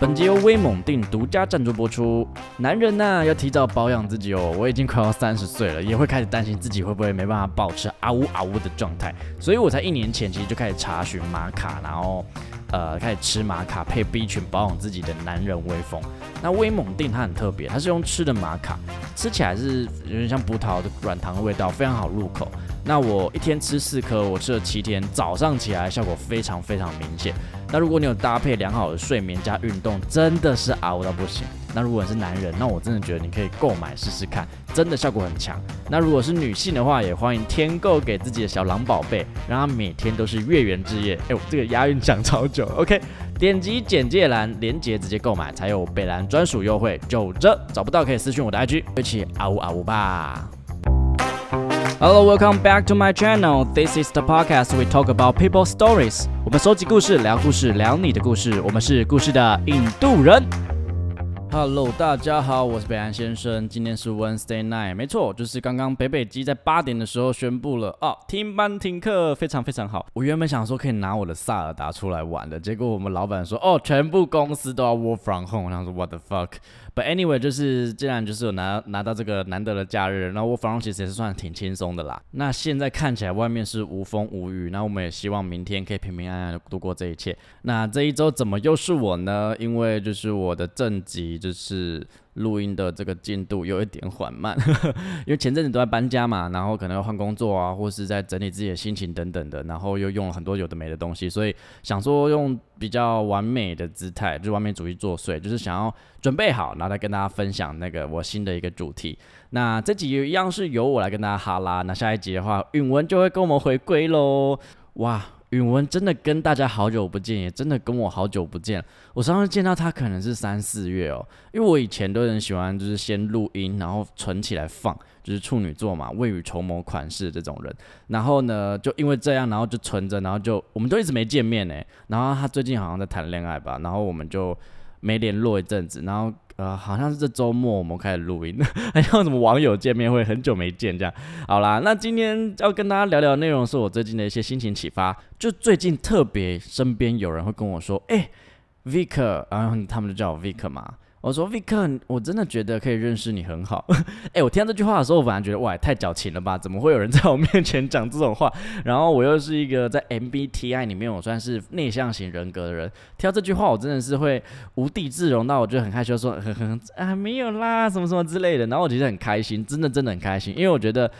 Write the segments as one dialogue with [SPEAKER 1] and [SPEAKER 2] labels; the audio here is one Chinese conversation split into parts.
[SPEAKER 1] 本节由威猛定独家赞助播出。男人呐、要提早保养自己哦。我已经快要30岁了，也会开始担心自己会不会没办法保持啊呜啊呜的状态，所以我才1年前其实就开始查询玛卡，然后开始吃玛卡配 B 群保养自己的男人威风。那威猛定它很特别，它是用吃的玛卡，吃起来是有点像葡萄的软糖的味道，非常好入口。那我一天吃4颗，我吃了7天，早上起来效果非常非常明显。那如果你有搭配良好的睡眠加运动，真的是熬到不行。那如果你是男人，那我真的觉得你可以购买试试看，真的效果很强。那如果是女性的话，也欢迎添购给自己的小狼宝贝，让他每天都是月圆之夜。我这个押韵讲超久 ，OK。点击简介栏连结直接购买，才有北兰专属优惠，9折。找不到可以私讯我的 IG， 一起啊呜啊呜吧。Hello, welcome back to my channel. This is the podcast we talk about people stories. 我们收集故事，聊故事，聊你的故事。我们是故事的印度人。Hello， 大家好，我是北安先生。今天是 Wednesday night， 没错，就是刚刚北基在8点的时候宣布了停班停课，非常非常好。我原本想说可以拿我的萨尔达出来玩的，结果我们老板说全部公司都要 work from home， 然后说 what the fuck。But anyway， 既然有拿到这个难得的假日，那work from home 其实也是算挺轻松的啦。那现在看起来外面是无风无雨，那我们也希望明天可以平平安安的度过这一切。那这一周怎么又是我呢？因为就是我的正集就是录音的这个进度有一点缓慢，因为前阵子都在搬家嘛，然后可能要换工作啊，或是在整理自己的心情等等的，然后又用了很多有的没的东西，所以想说用比较完美的姿态，就是完美主义作祟，就是想要准备好，然后再跟大家分享那个我新的一个主题。那这集一样是由我来跟大家哈拉，那下一集的话，允文就会跟我们回归咯。哇！允文真的跟大家好久不见，也真的跟我好久不见。我上次见到他可能是3、4月哦，因为我以前都很喜欢就是先录音，然后存起来放，就是处女座嘛，未雨绸缪款式这种人。然后呢，就因为这样，然后就存着，然后我们都一直没见面呢。然后他最近好像在谈恋爱吧，然后我们就没联络一阵子，然后好像是这周末我们开始录音，还像什么网友见面会，很久没见这样。好啦，那今天要跟大家聊聊的内容是我最近的一些心情启发。就最近特别身边有人会跟我说，Vic， 然后他们就叫我 Vic 嘛。我说 Vic， 我真的觉得可以认识你很好。我听到这句话的时候，我反而觉得哇，也太矫情了吧？怎么会有人在我面前讲这种话？然后我又是一个在 MBTI 里面我算是内向型人格的人，听到这句话我真的是会无地自容到，我就很害羞说没有啦，什么什么之类的。然后我其实很开心，真的很开心，因为我觉得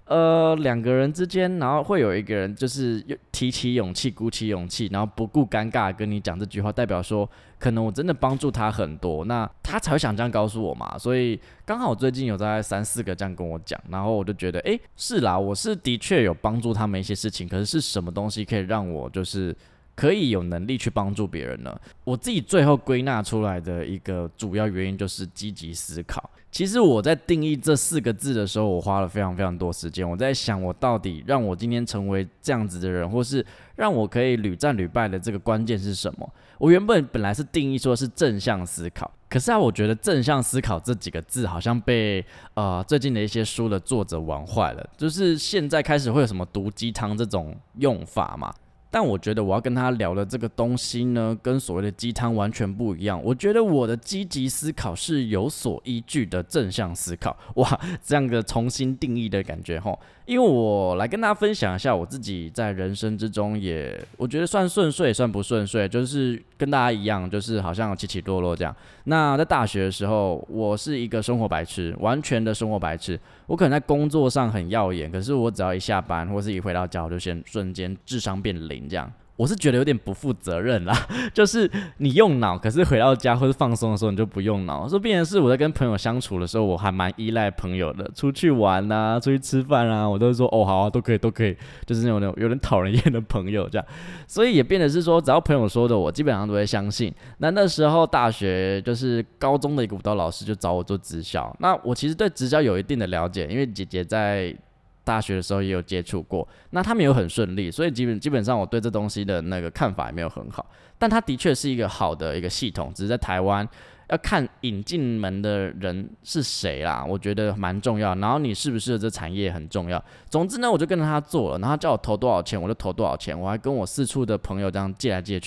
[SPEAKER 1] 2个人之间，然后会有一个人就是提起勇气，鼓起勇气，然后不顾尴尬跟你讲这句话，代表说可能我真的帮助他很多，那他才会想这样告诉我嘛。所以刚好我最近有在3、4个这样跟我讲，然后我就觉得是啦，我是的确有帮助他们一些事情，可是什么东西可以让我就是可以有能力去帮助别人呢？我自己最后归纳出来的一个主要原因就是积极思考。其实我在定义这4个字的时候，我花了非常非常多时间。我在想，我到底让我今天成为这样子的人，或是让我可以屡战屡败的这个关键是什么？我本来是定义说是正向思考，可是我觉得正向思考这几个字好像被最近的一些书的作者玩坏了，就是现在开始会有什么毒鸡汤这种用法嘛。但我觉得我要跟他聊的这个东西呢，跟所谓的鸡汤完全不一样。我觉得我的积极思考是有所依据的正向思考。哇，这样的重新定义的感觉齁。因为我来跟大家分享一下我自己在人生之中也，我觉得算顺遂，算不顺遂，就是跟大家一样，就是好像起起落落这样。那在大学的时候，我是一个生活白痴，完全的生活白痴。我可能在工作上很耀眼，可是我只要一下班或是一回到家，我就先瞬间智商变0这样。我是觉得有点不负责任啦，就是你用脑，可是回到家或是放松的时候你就不用脑，所以变成是我在跟朋友相处的时候，我还蛮依赖朋友的，出去玩啊，出去吃饭啊，我都是说好啊，都可以，就是那种有点讨人厌的朋友这样，所以也变得是说，只要朋友说的，我基本上都会相信。那时候大学就是高中的一个舞蹈老师就找我做直销，那我其实对直销有一定的了解，因为姐姐在大学的时候也有接触过，那他们有很顺利，所以基本上我对这东西的那个看法也没有很好，但它的确是一个好的一个系统，只是在台湾要看引进门的人是谁啦，我觉得蛮重要，然后你适不适合这产业很重要。总之呢，我就跟着他做了，然后他叫我投多少钱我就投多少钱，我还跟我四处的朋友这样借来借去。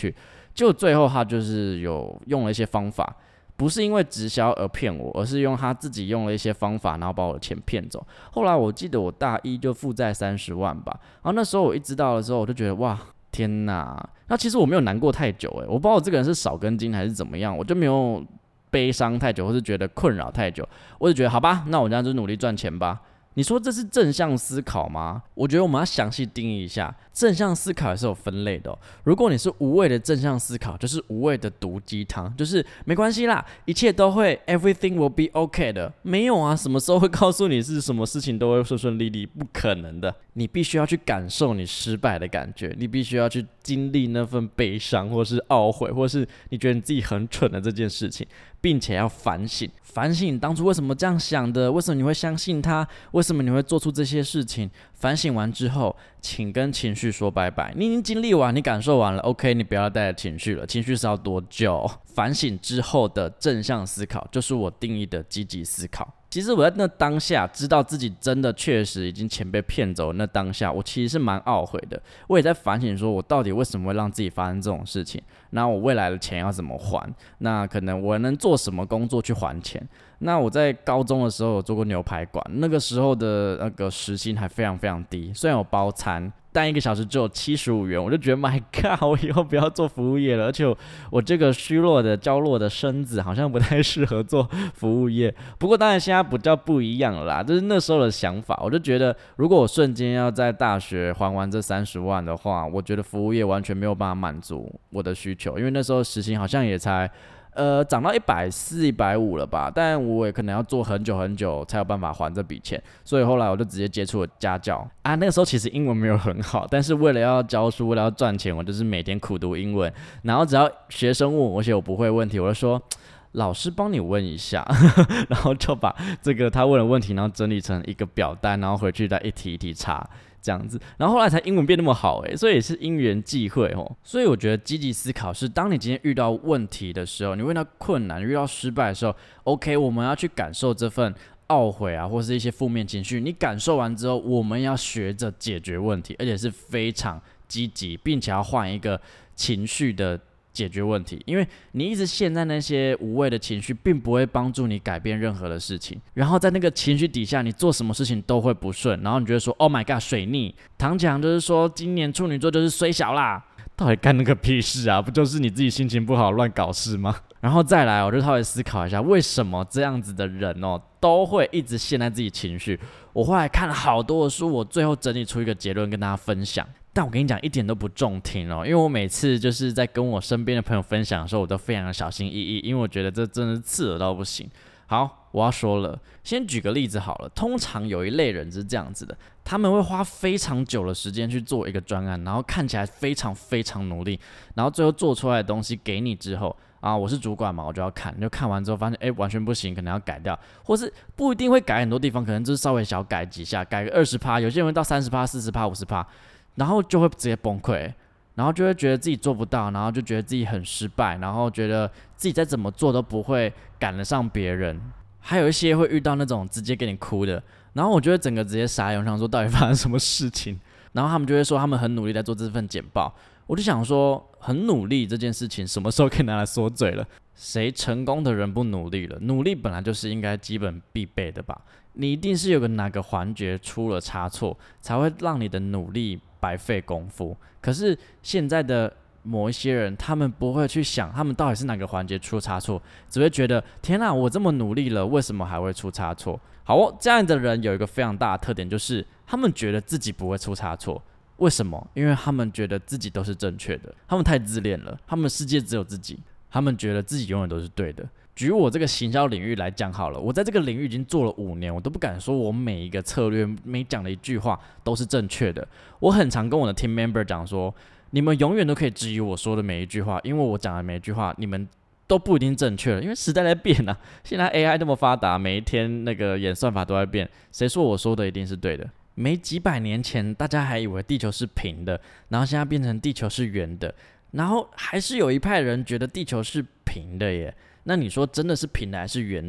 [SPEAKER 1] 结果最后他就是有用了一些方法，不是因为直销而骗我，而是用他自己用了一些方法，然后把我的钱骗走。后来我记得我大一就负债30万吧，然后那时候我一知道的时候，我就觉得哇，天哪！那其实我没有难过太久，我不知道我这个人是少根筋还是怎么样，我就没有悲伤太久，或是觉得困扰太久，我就觉得好吧，那我这样就努力赚钱吧。你说这是正向思考吗？我觉得我们要详细定义一下，正向思考也是有分类的如果你是无谓的正向思考，就是无谓的毒鸡汤，就是没关系啦，一切都会 everything will be okay 的。没有啊，什么时候会告诉你是什么事情都会顺顺利利？不可能的。你必须要去感受你失败的感觉，你必须要去经历那份悲伤，或是懊悔，或是你觉得你自己很蠢的这件事情，并且要反省你当初为什么这样想的，为什么你会相信他，为什么你会做出这些事情。反省完之后，请跟情绪说拜拜。你已经经历完，你感受完了 ，OK， 你不要带着情绪了。情绪是要多久？反省之后的正向思考，就是我定义的积极思考。其实我在那当下知道自己真的确实已经钱被骗走，那当下我其实是蛮懊悔的。我也在反省说，我到底为什么会让自己发生这种事情？那我未来的钱要怎么还？那可能我能做什么工作去还钱？那我在高中的时候有做过牛排馆，那个时候的那个时薪还非常非常低，虽然有包餐，但1个小时只有75元，我就觉得 My God， 我以后不要做服务业了，而且我这个虚弱的娇弱的身子好像不太适合做服务业。不过当然现在比较不一样了啦，就是那时候的想法，我就觉得如果我瞬间要在大学还完这30万的话，我觉得服务业完全没有办法满足我的需求，因为那时候时薪好像也才涨到140、150了吧，但我也可能要做很久很久才有办法还这笔钱，所以后来我就直接接触了家教啊。那个时候其实英文没有很好，但是为了要教书，为了要赚钱，我就是每天苦读英文，然后只要学生问我，而且我不会问题，我就说老师帮你问一下，然后就把这个他问的问题，然后整理成一个表单，然后回去再一题一题查。这样子，然后后来才英文变那么好所以也是因缘际会所以我觉得积极思考是，当你今天遇到问题的时候，你遇到困难、遇到失败的时候 ，OK， 我们要去感受这份懊悔啊，或是一些负面情绪。你感受完之后，我们要学着解决问题，而且是非常积极，并且要换一个情绪的解决问题，因为你一直陷在那些无谓的情绪，并不会帮助你改变任何的事情。然后在那个情绪底下，你做什么事情都会不顺，然后你就会说 ：“Oh my god， 水逆！”唐强就是说，今年处女座就是衰小啦。到底干那个屁事啊？不就是你自己心情不好乱搞事吗？然后再来，我就稍微思考一下，为什么这样子的人都会一直陷在自己情绪？我后来看了好多的书，我最后整理出一个结论跟大家分享。但我跟你讲，一点都不中听因为我每次就是在跟我身边的朋友分享的时候，我都非常的小心翼翼，因为我觉得这真的是刺耳到不行。好，我要说了，先举个例子好了。通常有一类人是这样子的，他们会花非常久的时间去做一个专案，然后看起来非常非常努力，然后最后做出来的东西给你之后啊，我是主管嘛，我就要看，就看完之后发现完全不行，可能要改掉，或是不一定会改很多地方，可能就是稍微小改几下，改个20%，有些人会到30%、40%、50%，然后就会直接崩溃。然后就会觉得自己做不到，然后就觉得自己很失败，然后觉得自己再怎么做都不会赶得上别人。还有一些会遇到那种直接给你哭的，然后我就会整个直接傻眼，我想说到底发生什么事情。然后他们就会说他们很努力在做这份简报，我就想说很努力这件事情什么时候可以拿来说嘴了？谁成功的人不努力了？努力本来就是应该基本必备的吧？你一定是有哪个环节出了差错，才会让你的努力白费功夫。可是现在的某一些人，他们不会去想他们到底是哪个环节出差错，只会觉得天哪，我这么努力了，为什么还会出差错？好这样的人有一个非常大的特点，就是他们觉得自己不会出差错。为什么？因为他们觉得自己都是正确的，他们太自恋了，他们的世界只有自己，他们觉得自己永远都是对的。举我这个行销领域来讲好了，我在这个领域已经做了5年，我都不敢说我每一个策略、每讲的一句话都是正确的。我很常跟我的 team member 讲说，你们永远都可以质疑我说的每一句话，因为我讲的每一句话，你们都不一定正确了，因为时代在变啊。现在 AI 那么发达，每一天那个演算法都在变，谁说我说的一定是对的？没几百年前，大家还以为地球是平的，然后现在变成地球是圆的，然后还是有一派人觉得地球是平的耶。那你说真的是平的还是圆的？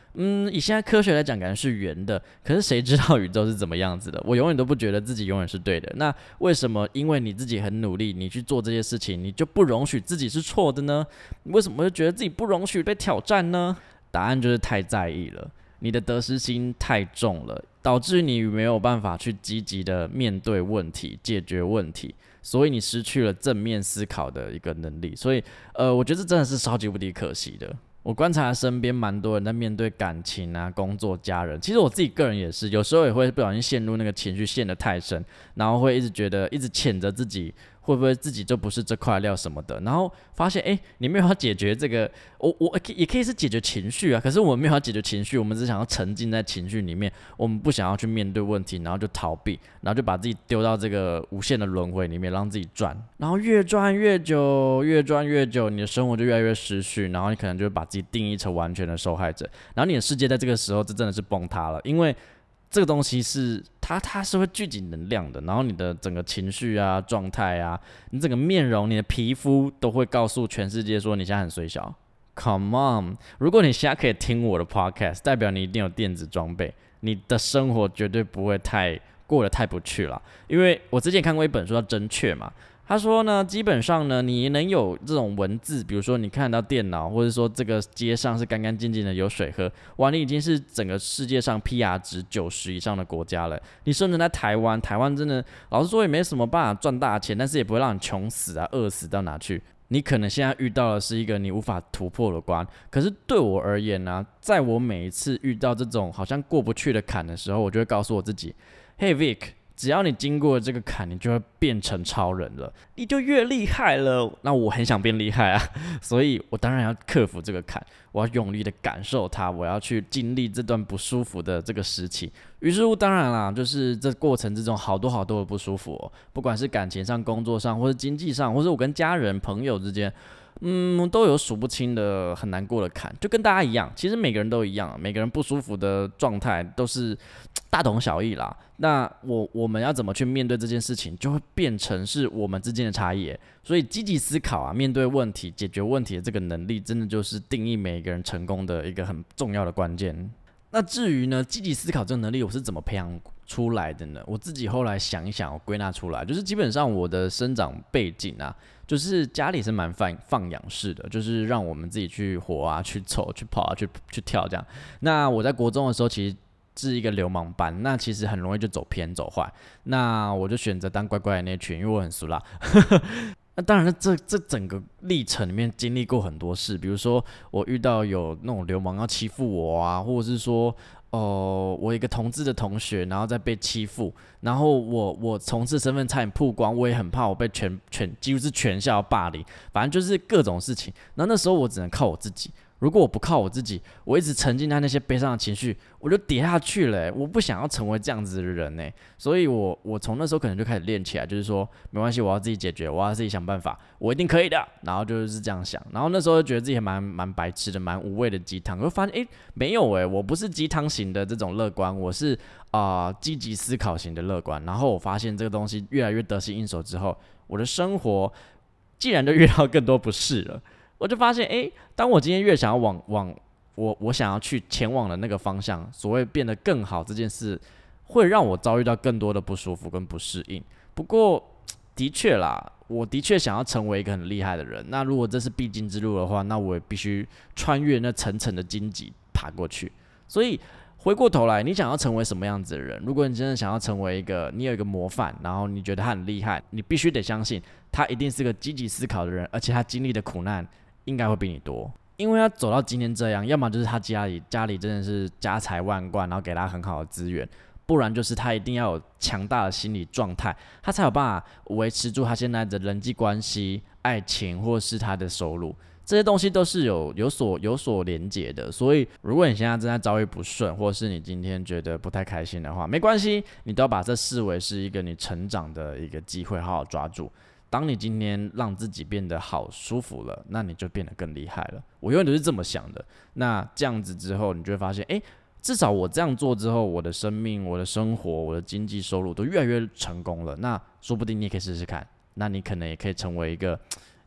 [SPEAKER 1] 以现在科学来讲，感觉是圆的，可是谁知道宇宙是怎么样子的？我永远都不觉得自己永远是对的。那为什么因为你自己很努力，你去做这些事情，你就不容许自己是错的呢？为什么会觉得自己不容许被挑战呢？答案就是太在意了，你的得失心太重了，导致你没有办法去积极的面对问题、解决问题，所以你失去了正面思考的一个能力。所以，我觉得这真的是超级无敌可惜的。我观察身边蛮多人在面对感情啊、工作、家人，其实我自己个人也是，有时候也会不小心陷入那个情绪陷得太深，然后会一直觉得一直谴责自己，会不会自己就不是这块料什么的，然后发现你没有要解决这个，我也可以是解决情绪啊，可是我们没有要解决情绪，我们只想要沉浸在情绪里面，我们不想要去面对问题，然后就逃避，然后就把自己丢到这个无限的轮回里面，让自己转，然后越转越久，越转越久，你的生活就越来越失序，然后你可能就会把自己定义成完全的受害者，然后你的世界在这个时候这真的是崩塌了，因为这个东西是它是会聚集能量的，然后你的整个情绪啊、状态啊，你整个面容、你的皮肤都会告诉全世界说你现在很衰小。Come on， 如果你现在可以听我的 podcast， 代表你一定有电子装备，你的生活绝对不会过得太不去了。因为我之前看过一本书叫《真确》嘛。他说呢，基本上呢，你能有这种文字，比如说你看到电脑，或者说这个街上是干干净净的，有水喝，哇，你已经是整个世界上 PR 值90以上的国家了。你生存在台湾，台湾真的老实说也没什么办法赚大钱，但是也不会让你穷死啊、饿死到哪去。你可能现在遇到的是一个你无法突破的关，可是对我而言呢，在我每一次遇到这种好像过不去的坎的时候，我就会告诉我自己 ，Hey Vic。只要你经过这个坎，你就会变成超人了，你就越厉害了。那我很想变厉害啊，所以我当然要克服这个坎，我要用力的感受它，我要去经历这段不舒服的这个时期。于是乎，当然啦，就是这过程之中好多好多的不舒服哦，不管是感情上、工作上，或是经济上，或是我跟家人、朋友之间。都有数不清的很难过的坎，就跟大家一样，其实每个人都一样，每个人不舒服的状态都是大同小异啦。那我们要怎么去面对这件事情，就会变成是我们之间的差异。所以积极思考啊，面对问题、解决问题的这个能力，真的就是定义每个人成功的一个很重要的关键。那至于呢，积极思考这个能力，我是怎么培养出来的呢？我自己后来想一想，我归纳出来，就是基本上我的生长背景啊。就是家里是蛮放养式的，就是让我们自己去活啊、去走、去跑啊、去跳这样。那我在国中的时候，其实是一个流氓班，那其实很容易就走偏走坏。那我就选择当乖乖的那群，因为我很俗辣。那当然，这整个历程里面经历过很多事，比如说我遇到有那种流氓要欺负我啊，或者是说。我一个同志的同学，然后再被欺负，然后我同志身份差点曝光，我也很怕我被几乎是全校霸凌，反正就是各种事情。然后那时候我只能靠我自己，如果我不靠我自己，我一直沉浸在那些悲伤的情绪，我就跌下去了我不想要成为这样子的人所以我从那时候可能就开始练起来，就是说没关系，我要自己解决，我要自己想办法，我一定可以的。然后就是这样想，然后那时候就觉得自己还蛮白痴的，蛮无谓的鸡汤。我就发现没有我不是鸡汤型的这种乐观，我是积极思考型的乐观。然后我发现这个东西越来越得心应手之后，我的生活既然就遇到更多不适了。我就发现，当我今天越想要往我想要去前往的那个方向，所谓变得更好这件事，会让我遭遇到更多的不舒服跟不适应。不过，的确啦，我的确想要成为一个很厉害的人。那如果这是必经之路的话，那我也必须穿越那层层的荆棘爬过去。所以回过头来，你想要成为什么样子的人？如果你真的想要成为你有一个模范，然后你觉得他很厉害，你必须得相信他一定是个积极思考的人，而且他经历的苦难应该会比你多，因为他走到今天这样，要么就是他家里真的是家财万贯，然后给他很好的资源，不然就是他一定要有强大的心理状态，他才有办法维持住他现在的人际关系、爱情或是他的收入，这些东西都是有所连结的。所以，如果你现在正在遭遇不顺，或是你今天觉得不太开心的话，没关系，你都要把这视为是一个你成长的一个机会，好好抓住。当你今天让自己变得好舒服了，那你就变得更厉害了。我永远都是这么想的。那这样子之后，你就会发现，至少我这样做之后，我的生命、我的生活、我的经济收入都越来越成功了。那说不定你也可以试试看，那你可能也可以成为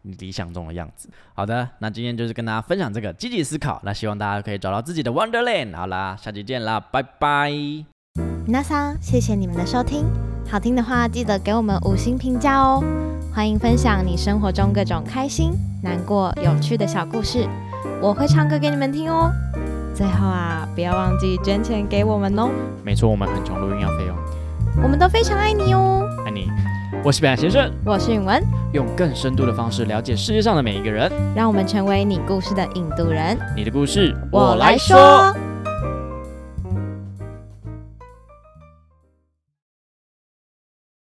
[SPEAKER 1] 你理想中的样子。好的，那今天就是跟大家分享这个积极思考，那希望大家可以找到自己的 Wonderland。好啦，下期见啦，拜拜。
[SPEAKER 2] 皆さん，谢谢你们的收听，好听的话记得给我们5星评价哦。欢迎分享你生活中各种开心、难过、有趣的小故事，我会唱歌给你们听哦。最后啊，不要忘记捐钱给我们哦。
[SPEAKER 1] 没错，我们很穷，录音要费用。
[SPEAKER 2] 我们都非常爱你哦。
[SPEAKER 1] 爱你，我是北海先生，
[SPEAKER 2] 我是允文，
[SPEAKER 1] 用更深度的方式了解世界上的每一个人，
[SPEAKER 2] 让我们成为你故事的引渡人。
[SPEAKER 1] 你的故事
[SPEAKER 2] 我来说。